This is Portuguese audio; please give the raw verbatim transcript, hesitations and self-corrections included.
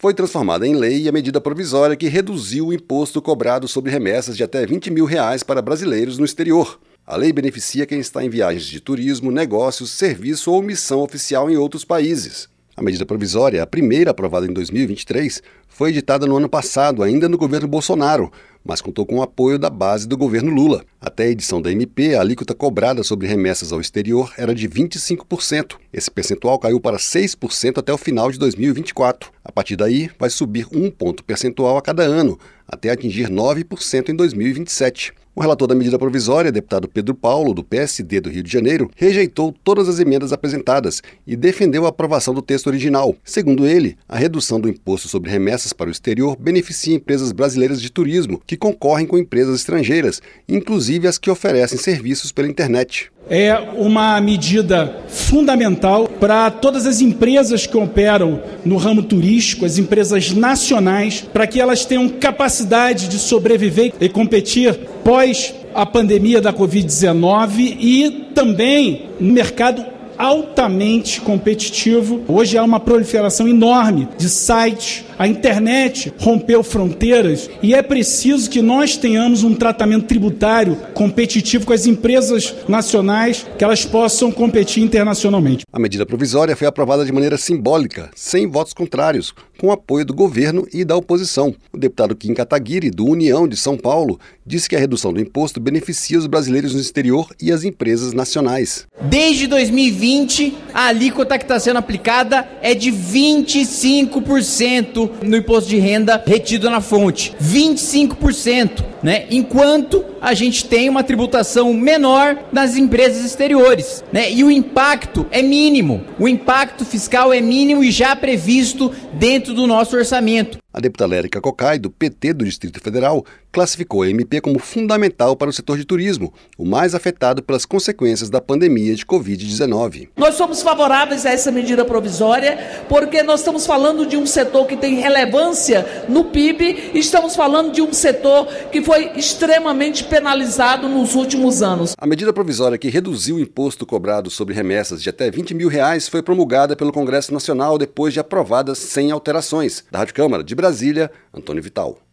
Foi transformada em lei a medida provisória que reduziu o imposto cobrado sobre remessas de até vinte mil reais para brasileiros no exterior. A lei beneficia quem está em viagens de turismo, negócios, serviço ou missão oficial em outros países. A medida provisória, a primeira aprovada em dois mil e vinte e três, foi editada no ano passado, ainda no governo Bolsonaro, mas contou com o apoio da base do governo Lula. Até a edição da M P, a alíquota cobrada sobre remessas ao exterior era de vinte e cinco por cento. Esse percentual caiu para seis por cento até o final de dois mil e vinte e quatro. A partir daí, vai subir um ponto percentual a cada ano, até atingir nove por cento em dois mil e vinte e sete. O relator da medida provisória, deputado Pedro Paulo, do P S D do Rio de Janeiro, rejeitou todas as emendas apresentadas e defendeu a aprovação do texto original. Segundo ele, a redução do imposto sobre remessas para o exterior beneficia empresas brasileiras de turismo, que concorrem com empresas estrangeiras, inclusive as que oferecem serviços pela internet. É uma medida fundamental para todas as empresas que operam no ramo turístico, as empresas nacionais, para que elas tenham capacidade de sobreviver e competir pós a pandemia da covid dezenove e também no mercado altamente competitivo. Hoje há uma proliferação enorme de sites, a internet rompeu fronteiras e é preciso que nós tenhamos um tratamento tributário competitivo com as empresas nacionais, que elas possam competir internacionalmente. A medida provisória foi aprovada de maneira simbólica, sem votos contrários, com o apoio do governo e da oposição. O deputado Kim Kataguiri, do União de São Paulo, disse que a redução do imposto beneficia os brasileiros no exterior e as empresas nacionais. Desde dois mil e vinte, a alíquota que está sendo aplicada é de vinte e cinco por cento no imposto de renda retido na fonte. vinte e cinco por cento, né? Enquanto a gente tem uma tributação menor nas empresas exteriores, né? E o impacto é mínimo. O impacto fiscal é mínimo e já previsto dentro do nosso orçamento. A deputada Érica Cocai, do P T do Distrito Federal, classificou a M P como fundamental para o setor de turismo, o mais afetado pelas consequências da pandemia de covid dezenove. Nós somos favoráveis a essa medida provisória porque nós estamos falando de um setor que tem relevância no P I B, estamos falando de um setor que foi extremamente penalizado nos últimos anos. A medida provisória que reduziu o imposto cobrado sobre remessas de até vinte mil reais foi promulgada pelo Congresso Nacional depois de aprovada sem alterações. Da Rádio Câmara de Brasília, Antônio Vital.